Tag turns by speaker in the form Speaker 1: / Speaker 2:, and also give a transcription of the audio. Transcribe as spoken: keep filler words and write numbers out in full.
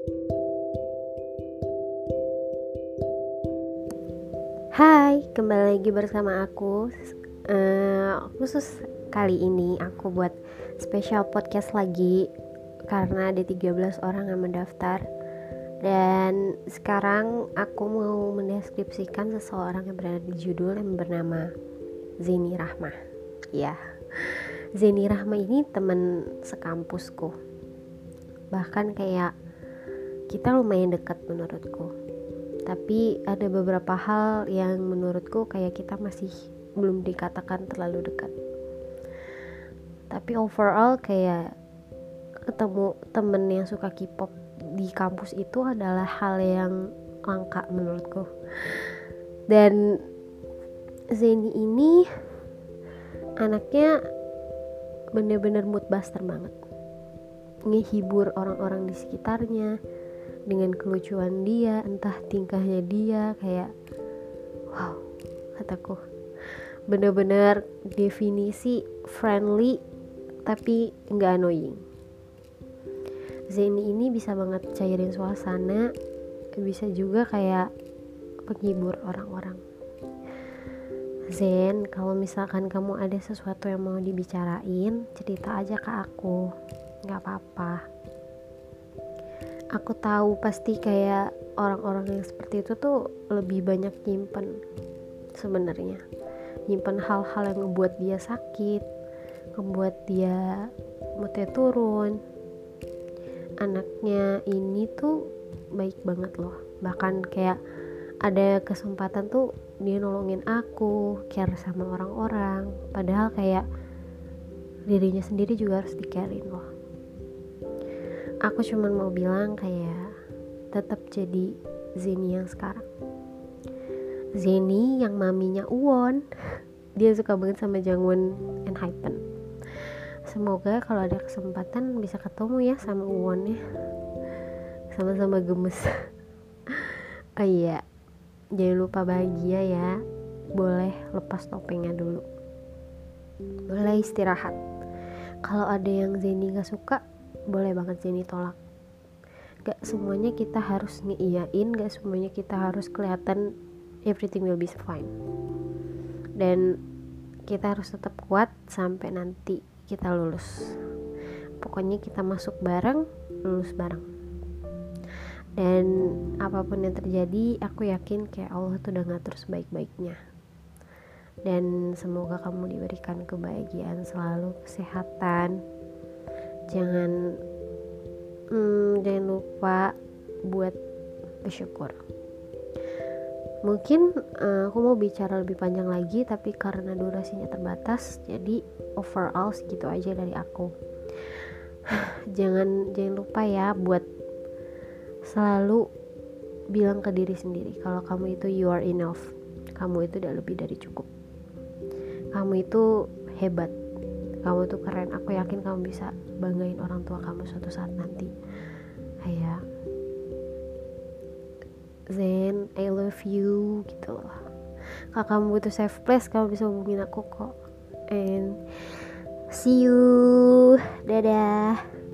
Speaker 1: Hai, kembali lagi bersama aku. Uh, khusus kali ini aku buat spesial podcast lagi karena ada tiga belas orang yang mendaftar. Dan sekarang aku mau mendeskripsikan seseorang yang berada di judul yang bernama Zeni Rahma. Ya, Zeni Rahma ini teman sekampusku. Bahkan kayak kita lumayan dekat menurutku. Tapi ada beberapa hal yang menurutku kayak kita masih belum dikatakan terlalu dekat. Tapi overall kayak ketemu temen yang suka K-pop di kampus itu adalah hal yang langka menurutku. Dan Zeni ini anaknya bener-bener mood buster banget, ngehibur orang-orang di sekitarnya dengan kelucuan dia, entah tingkahnya dia, kayak wow, kataku bener-bener definisi friendly tapi nggak annoying. Zeni ini bisa banget cairin suasana, bisa juga kayak penghibur orang-orang. Zen, kalau misalkan kamu ada sesuatu yang mau dibicarain, cerita aja ke aku, nggak apa-apa. Aku tahu pasti kayak orang-orang yang seperti itu tuh lebih banyak nyimpen sebenarnya, nyimpen hal-hal yang ngebuat dia sakit, ngebuat dia moodnya turun. Anaknya ini tuh baik banget loh, bahkan kayak ada kesempatan tuh dia nolongin aku, care sama orang-orang, padahal kayak dirinya sendiri juga harus di-carein loh. Aku cuma mau bilang kayak tetap jadi Zeni yang sekarang. Zeni yang maminya Uwon. Dia suka banget sama Jangwon and Hypen. Semoga kalau ada kesempatan bisa ketemu ya sama Uwon ya. Sama-sama gemes. Oh iya, jangan lupa bahagia ya. Boleh lepas topengnya dulu. Boleh istirahat. Kalau ada yang Zeni gak suka, boleh banget Zeni tolak. Gak semuanya kita harus ngeiyain, gak semuanya kita harus kelihatan everything will be fine. Dan kita harus tetap kuat sampai nanti kita lulus. Pokoknya kita masuk bareng, lulus bareng. Dan apapun yang terjadi, aku yakin kayak Allah tuh udah ngatur sebaik-baiknya. Dan semoga kamu diberikan kebahagiaan selalu, kesehatan. Jangan hmm, jangan lupa buat bersyukur. Mungkin uh, aku mau bicara lebih panjang lagi, tapi karena durasinya terbatas, jadi overall segitu aja dari aku. jangan jangan lupa ya buat selalu bilang ke diri sendiri kalau kamu itu you are enough, kamu itu udah lebih dari cukup, kamu itu hebat, kamu tuh keren. Aku yakin kamu bisa banggain orang tua kamu suatu saat nanti. Kayak Zen, I love you gitu loh. Kalau kamu butuh safe place, kamu bisa hubungin aku kok. And see you, dadah.